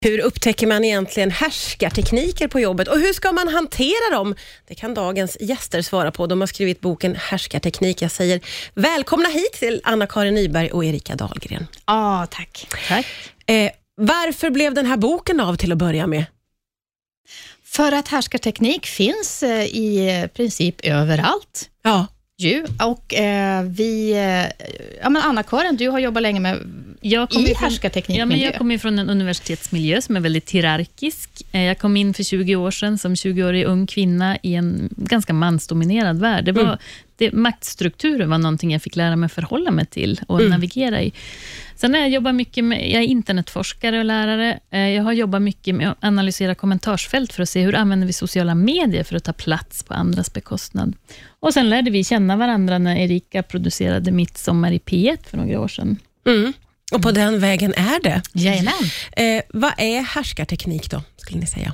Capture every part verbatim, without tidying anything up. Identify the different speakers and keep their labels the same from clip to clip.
Speaker 1: Hur upptäcker man egentligen härskartekniker på jobbet och hur ska man hantera dem? Det kan dagens gäster svara på. De har skrivit boken Härskarteknik. Jag säger välkomna hit till Anna-Karin Nyberg och Erika Dahlgren.
Speaker 2: Ja, tack.
Speaker 1: tack. Eh, varför blev den här boken av till att börja med?
Speaker 2: För att härskarteknik finns eh, i princip överallt.
Speaker 1: Ja.
Speaker 2: Ju. Och eh, vi... Eh, ja, men Anna-Karin, du har jobbat länge med
Speaker 3: jag
Speaker 2: i
Speaker 3: från,
Speaker 2: härskarteknikmiljö.
Speaker 3: Ja, men jag kommer från en universitetsmiljö som är väldigt hierarkisk. Jag kom in för tjugo år sedan som tjugoårig ung kvinna i en ganska mansdominerad värld. Det var, mm. det, maktstrukturen var någonting jag fick lära mig förhålla mig till och mm. navigera i. Sen har jag jobbat mycket med, jag är internetforskare och lärare. Jag har jobbat mycket med att analysera kommentarsfält för att se hur använder vi sociala medier för att ta plats på andras bekostnad. Och sen lärde vi känna varandra när Erika producerade Mitt sommar i P ett för några år sedan.
Speaker 1: Mm. Och på den vägen är det.
Speaker 2: Jajamän.
Speaker 1: Eh, vad är härskarteknik då, skulle ni säga?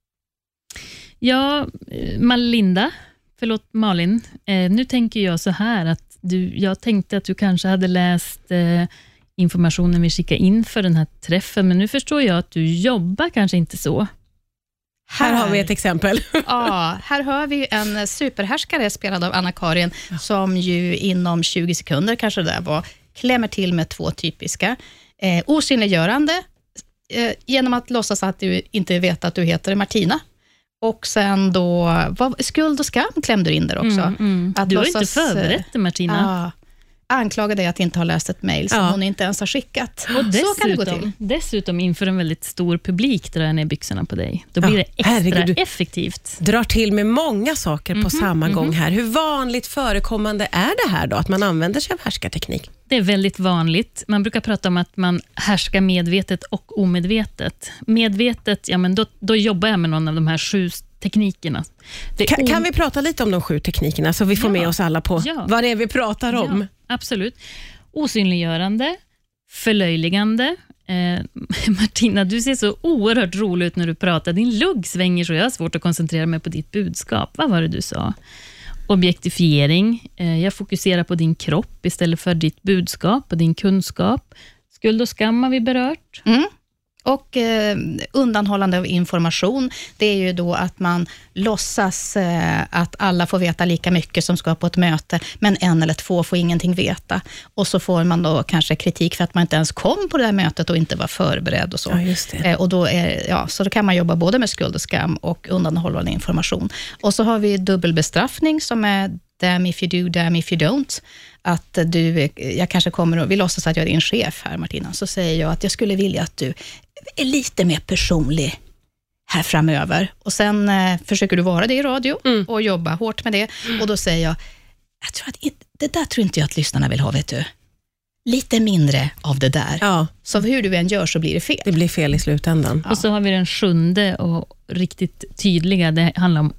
Speaker 3: Ja, Malinda, förlåt Malin. Eh, nu tänker jag så här att du, jag tänkte att du kanske hade läst eh, informationen vi skickade in för den här träffen, men nu förstår jag att du jobbar kanske inte så.
Speaker 1: Här, här har vi ett exempel.
Speaker 2: Ja, här hör vi en superhärskare spelad av Anna-Karin ja. som ju inom tjugo sekunder kanske det där var klämmer till med två typiska. Eh, osynliggörande eh, genom att låtsas att du inte vet att du heter Martina. Och sen då, vad, skuld och skam klämde du in där också.
Speaker 3: Mm, mm.
Speaker 2: Att
Speaker 3: du har
Speaker 2: låtsas,
Speaker 3: inte förberett det, Martina.
Speaker 2: Ah, anklagar dig att inte ha läst ett mejl som ja. hon inte ens har skickat.
Speaker 3: Och dessutom,
Speaker 2: så kan det gå till.
Speaker 3: Dessutom inför en väldigt stor publik drar jag ner byxorna på dig. Då blir ja, det extra herregud, effektivt.
Speaker 1: Drar till med många saker mm-hmm, på samma mm-hmm. gång här. Hur vanligt förekommande är det här då? Att man använder sig av härskarteknik?
Speaker 3: Det är väldigt vanligt. Man brukar prata om att man härskar medvetet och omedvetet. Medvetet, ja men då, då jobbar jag med någon av de här sju teknikerna.
Speaker 1: Kan, kan vi prata lite om de sju teknikerna så vi får ja. med oss alla på ja. vad det är vi pratar om?
Speaker 3: Ja, absolut. Osynliggörande, förlöjligande. Eh, Martina, du ser så oerhört rolig ut när du pratar. Din lugg svänger så jag har svårt att koncentrera mig på ditt budskap. Vad var det du sa? Objektifiering. Eh, jag fokuserar på din kropp istället för ditt budskap och din kunskap. Skuld och skam har vi berört.
Speaker 2: Mm. Och eh, undanhållande av information, det är ju då att man låtsas eh, att alla får veta lika mycket som ska på ett möte, men en eller två får ingenting veta. Och så får man då kanske kritik för att man inte ens kom på det här mötet och inte var förberedd och så.
Speaker 1: Ja, just det.
Speaker 2: Eh, och då, är, ja, så då kan man jobba både med skuld och skam och undanhållande information. Och så har vi dubbelbestraffning som är damn if you do, damn if you don't. Att du, jag kanske kommer och vill låtsas att jag är din chef här, Martina. Så säger jag att jag skulle vilja att du är lite mer personlig här framöver. Och sen eh, försöker du vara det i radio mm. och jobba hårt med det. Mm. Och då säger jag, jag tror att det där tror inte jag att lyssnarna vill ha, vet du. Lite mindre av det där. Ja. Så hur du än gör så blir det fel.
Speaker 1: Det blir fel i slutändan.
Speaker 3: Ja. Och så har vi den sjunde och riktigt tydliga. Det handlar om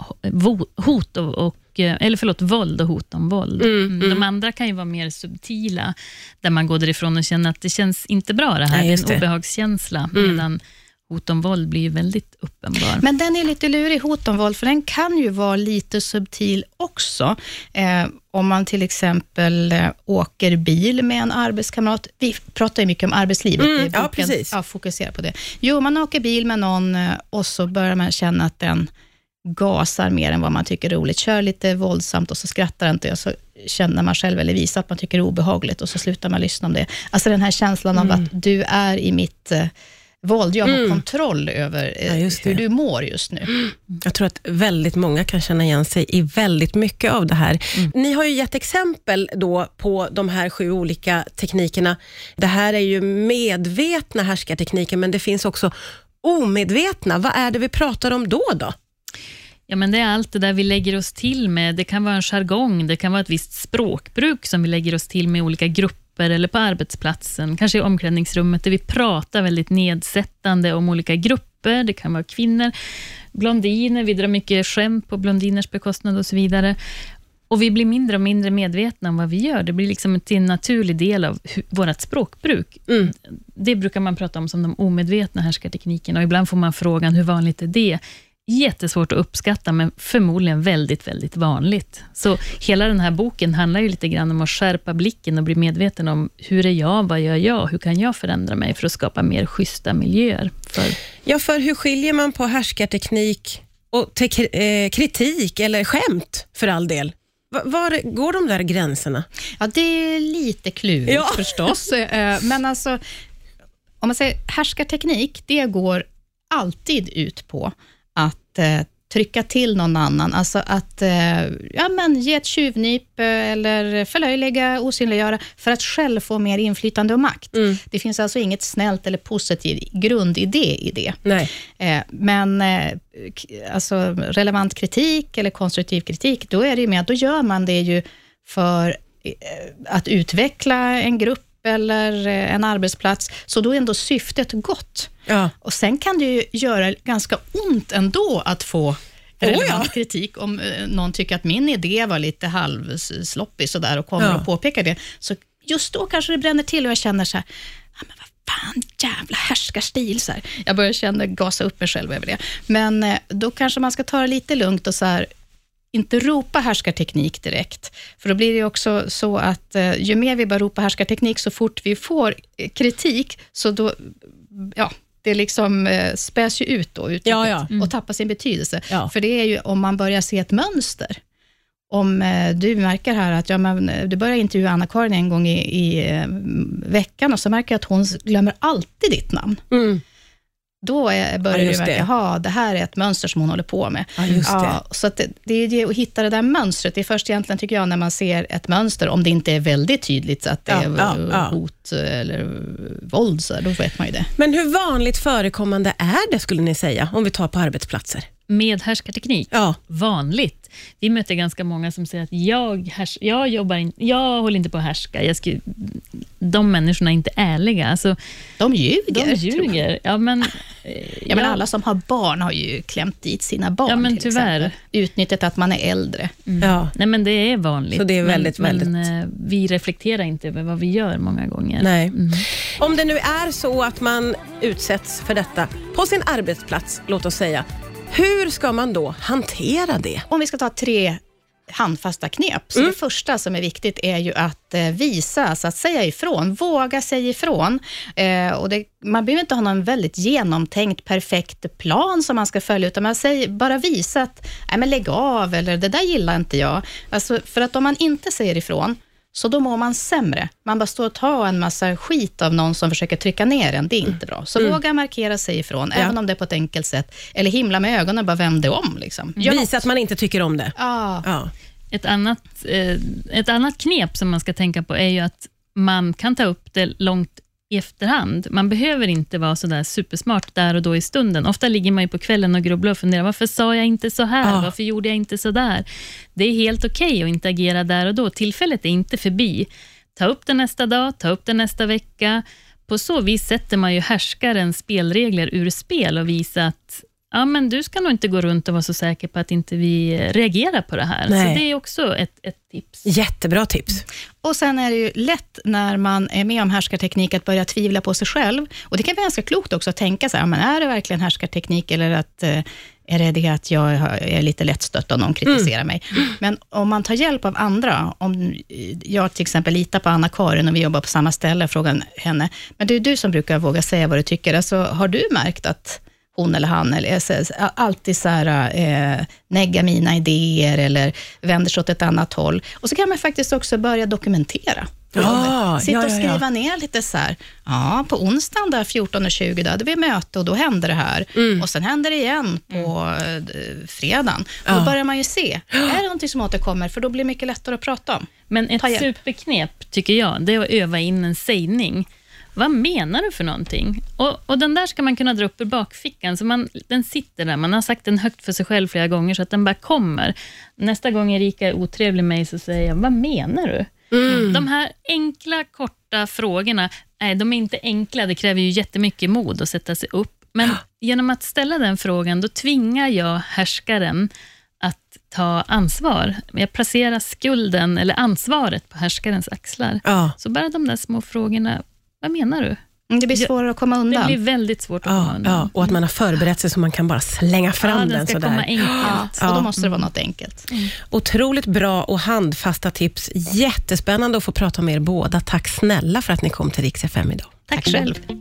Speaker 3: hot och, och eller förlåt, våld och hot om våld. Mm, mm. De andra kan ju vara mer subtila, där man går därifrån och känner att det känns inte bra det här. Nej, det är en obehagskänsla, mm. medan hot om våld blir ju väldigt uppenbar.
Speaker 2: Men den är lite lurig, hot om våld, för den kan ju vara lite subtil också. Eh, om man till exempel eh, åker bil med en arbetskamrat. Vi pratar ju mycket om arbetslivet.
Speaker 1: Mm, ja, precis.
Speaker 2: Ja, fokusera på det. Jo, man åker bil med någon eh, och så börjar man känna att den gasar mer än vad man tycker är roligt. Kör lite våldsamt och så skrattar inte och så känner man själv eller visar att man tycker det är obehagligt och så slutar man lyssna om det. Alltså den här känslan mm. av att du är i mitt eh, våld. Jag har mm. kontroll över eh, ja, hur du mår just nu. Mm.
Speaker 1: Jag tror att väldigt många kan känna igen sig i väldigt mycket av det här. Mm. Ni har ju gett exempel då på de här sju olika teknikerna. Det här är ju medvetna härskartekniker, men det finns också omedvetna. Vad är det vi pratar om då då?
Speaker 3: Ja, men det är allt det där vi lägger oss till med. Det kan vara en jargong, det kan vara ett visst språkbruk som vi lägger oss till med olika grupper eller på arbetsplatsen, kanske i omklädningsrummet där vi pratar väldigt nedsättande om olika grupper. Det kan vara kvinnor, blondiner, vi drar mycket skämt på blondiners bekostnad och så vidare. Och vi blir mindre och mindre medvetna om vad vi gör. Det blir liksom en naturlig del av vårt språkbruk. Mm. Det brukar man prata om som de omedvetna härskarteknikerna och ibland får man frågan hur vanligt är det? jättesvårt att uppskatta, men förmodligen väldigt, väldigt vanligt. Så hela den här boken handlar ju lite grann om att skärpa blicken och bli medveten om hur är jag, vad gör jag, hur kan jag förändra mig för att skapa mer schyssta miljöer. För...
Speaker 1: Ja, för hur skiljer man på härskarteknik och te- eh, kritik eller skämt för all del? Var, var går de där gränserna?
Speaker 2: Ja, det är lite klurigt
Speaker 1: Ja.
Speaker 2: förstås. Men alltså, om man säger härskarteknik, det går alltid ut på att eh, trycka till någon annan. Alltså att eh, ja, men, ge ett tjuvnyp eh, eller förlöjliga, osynliggöra för att själv få mer inflytande och makt.
Speaker 1: Mm.
Speaker 2: Det finns alltså inget snällt eller positiv grundidé i det.
Speaker 1: Nej.
Speaker 2: Eh, men eh, k- alltså, relevant kritik eller konstruktiv kritik, då är det ju med, då gör man det ju för eh, att utveckla en grupp eller eh, en arbetsplats, så då är ändå syftet gott.
Speaker 1: Ja.
Speaker 2: Och sen kan det ju göra ganska ont ändå att få relevant
Speaker 1: Oh ja.
Speaker 2: kritik om eh, någon tycker att min idé var lite halvsloppig sådär och kommer
Speaker 1: Ja.
Speaker 2: och påpekar det. Så just då kanske det bränner till och jag känner så här, ja, men vad fan, jävla härskarstil. Så här. Jag börjar känna, gasa upp mig själv över det. Men eh, då kanske man ska ta det lite lugnt och så här, inte ropa härskarteknik direkt. För då blir det ju också så att eh, ju mer vi bara ropar härskarteknik så fort vi får eh, kritik, så då, ja, det liksom eh, späs ju ut då uttrycket
Speaker 1: Ja, ja. Mm.
Speaker 2: och tappar sin betydelse.
Speaker 1: Ja.
Speaker 2: För det är ju om man börjar se ett mönster. Om eh, du märker här att ja, men, eh, du börjar intervjua Anna-Karin en gång i, i eh, veckan och så märker jag att hon glömmer alltid ditt namn.
Speaker 1: Mm.
Speaker 2: Då är, börjar
Speaker 1: Ja,
Speaker 2: du
Speaker 1: just
Speaker 2: verka,
Speaker 1: det.
Speaker 2: jaha, det här är ett mönster som hon håller på med.
Speaker 1: Ja, just det.
Speaker 2: Ja, så att det, det är det att hitta det där mönstret. Det är först egentligen, tycker jag, när man ser ett mönster, om det inte är väldigt tydligt så att det
Speaker 1: Ja,
Speaker 2: är
Speaker 1: ja, ja.
Speaker 2: hot eller våld, så då vet man ju det.
Speaker 1: Men hur vanligt förekommande är det, skulle ni säga, om vi tar på arbetsplatser?
Speaker 3: Med härskarteknik?
Speaker 1: Ja.
Speaker 3: Vanligt. Vi möter ganska många som säger att jag, härs- jag, jobbar in, jag håller inte på att härska. Jag skulle, de människorna är inte ärliga. Alltså,
Speaker 2: De ljuger.
Speaker 3: de
Speaker 2: tror jag.
Speaker 3: ljuger. Ja, men, eh,
Speaker 2: Ja, men
Speaker 3: jag-
Speaker 2: alla som har barn har ju klämt dit sina barn.
Speaker 3: Ja, men
Speaker 2: till
Speaker 3: tyvärr.
Speaker 2: exempel. Utnyttjat att man är äldre.
Speaker 1: Ja.
Speaker 3: Nej, men det är vanligt.
Speaker 1: Så det är väldigt,
Speaker 3: men,
Speaker 1: väldigt-
Speaker 3: Men eh, vi reflekterar inte över vad vi gör många gånger.
Speaker 1: Nej.
Speaker 3: Mm.
Speaker 1: Om det nu är så att man utsätts för detta på sin arbetsplats, låt oss säga, hur ska man då hantera det?
Speaker 2: Om vi ska ta tre handfasta knep. Så
Speaker 1: Mm.
Speaker 2: det första som är viktigt är ju att eh, visa, alltså att säga ifrån. Våga säga ifrån. Eh, och det, man behöver inte ha någon väldigt genomtänkt, perfekt plan som man ska följa, utan man säger, bara visa att nej, men lägg av, eller det där gillar inte jag. Alltså, för att om man inte säger ifrån, så då mår man sämre. Man bara står och tar en massa skit av någon som försöker trycka ner en. Det är inte bra. Så
Speaker 1: Mm.
Speaker 2: våga markera sig ifrån,
Speaker 1: Ja.
Speaker 2: även om det är på ett enkelt sätt. Eller himla med ögonen och bara vänd det om. Liksom. Gör
Speaker 1: Visa
Speaker 2: något.
Speaker 1: att man inte tycker om det.
Speaker 2: Ja.
Speaker 1: Ja.
Speaker 3: Ett, annat, eh, ett annat knep som man ska tänka på är ju att man kan ta upp det långt i efterhand. Man behöver inte vara så där supersmart där och då i stunden. Ofta ligger man ju på kvällen och grubblar och funderar, varför sa jag inte så här?
Speaker 1: Ja.
Speaker 3: Varför gjorde jag inte så där? Det är helt okej att inte agera där och då. Tillfället är inte förbi. Ta upp det nästa dag, ta upp det nästa vecka. På så vis sätter man ju härskarens spelregler ur spel och visar att ja, men du ska nog inte gå runt och vara så säker på att inte vi reagerar på det här.
Speaker 1: Nej.
Speaker 3: Så det är också ett, ett tips.
Speaker 1: Jättebra tips.
Speaker 2: Och sen är det ju lätt när man är med om härskarteknik att börja tvivla på sig själv. Och det kan vara ganska klokt också att tänka så här, men är det verkligen härskarteknik, eller att, eh, är det det att jag är lite lättstött om någon kritiserar
Speaker 1: Mm.
Speaker 2: mig? Men om man tar hjälp av andra, om jag till exempel litar på Anna-Karin och vi jobbar på samma ställe, frågar henne, men det är du som brukar våga säga vad du tycker. Alltså, har du märkt att hon eller han eller så, alltid så här, eh, negga mina idéer eller vänder sig åt ett annat håll. Och så kan man faktiskt också börja dokumentera.
Speaker 1: Ja,
Speaker 2: Sitta
Speaker 1: ja,
Speaker 2: och
Speaker 1: ja,
Speaker 2: skriva
Speaker 1: ja.
Speaker 2: ner lite så här, ja, på onsdagen där fjorton och tjugo, då hade vi möte och då hände det här.
Speaker 1: Mm.
Speaker 2: Och sen hände det igen på eh, fredagen.
Speaker 1: Ja.
Speaker 2: Och då börjar man ju se, är det någonting som återkommer? För då blir det mycket lättare att prata om.
Speaker 3: Men ett
Speaker 2: Ta hjälp.
Speaker 3: superknep, tycker jag, det är att öva in en sägning. Vad menar du för någonting? Och, och den där ska man kunna dra upp ur bakfickan. Så man, den sitter där. Man har sagt den högt för sig själv flera gånger så att den bara kommer. Nästa gång Erika är otrevlig med mig så säger jag, vad menar du?
Speaker 1: Mm.
Speaker 3: De här enkla, korta frågorna, nej, de är inte enkla. Det kräver ju jättemycket mod att sätta sig upp. Men genom att ställa den frågan, då tvingar jag härskaren att ta ansvar. Jag placerar skulden eller ansvaret på härskarens axlar.
Speaker 1: Ja.
Speaker 3: Så bara de där små frågorna, vad menar du?
Speaker 2: Det blir svårare att komma undan.
Speaker 3: Det blir väldigt svårt att
Speaker 1: Ja,
Speaker 3: komma undan.
Speaker 1: ja, och att man har förberett sig så man kan bara slänga fram
Speaker 3: Ja,
Speaker 1: den,
Speaker 3: den ska
Speaker 1: sådär.
Speaker 3: komma enkelt.
Speaker 2: Ja, och då måste det vara något enkelt.
Speaker 1: Otroligt bra och handfasta tips. Jättespännande att få prata med er båda. Tack snälla för att ni kom till Rix F M idag.
Speaker 2: Tack själv.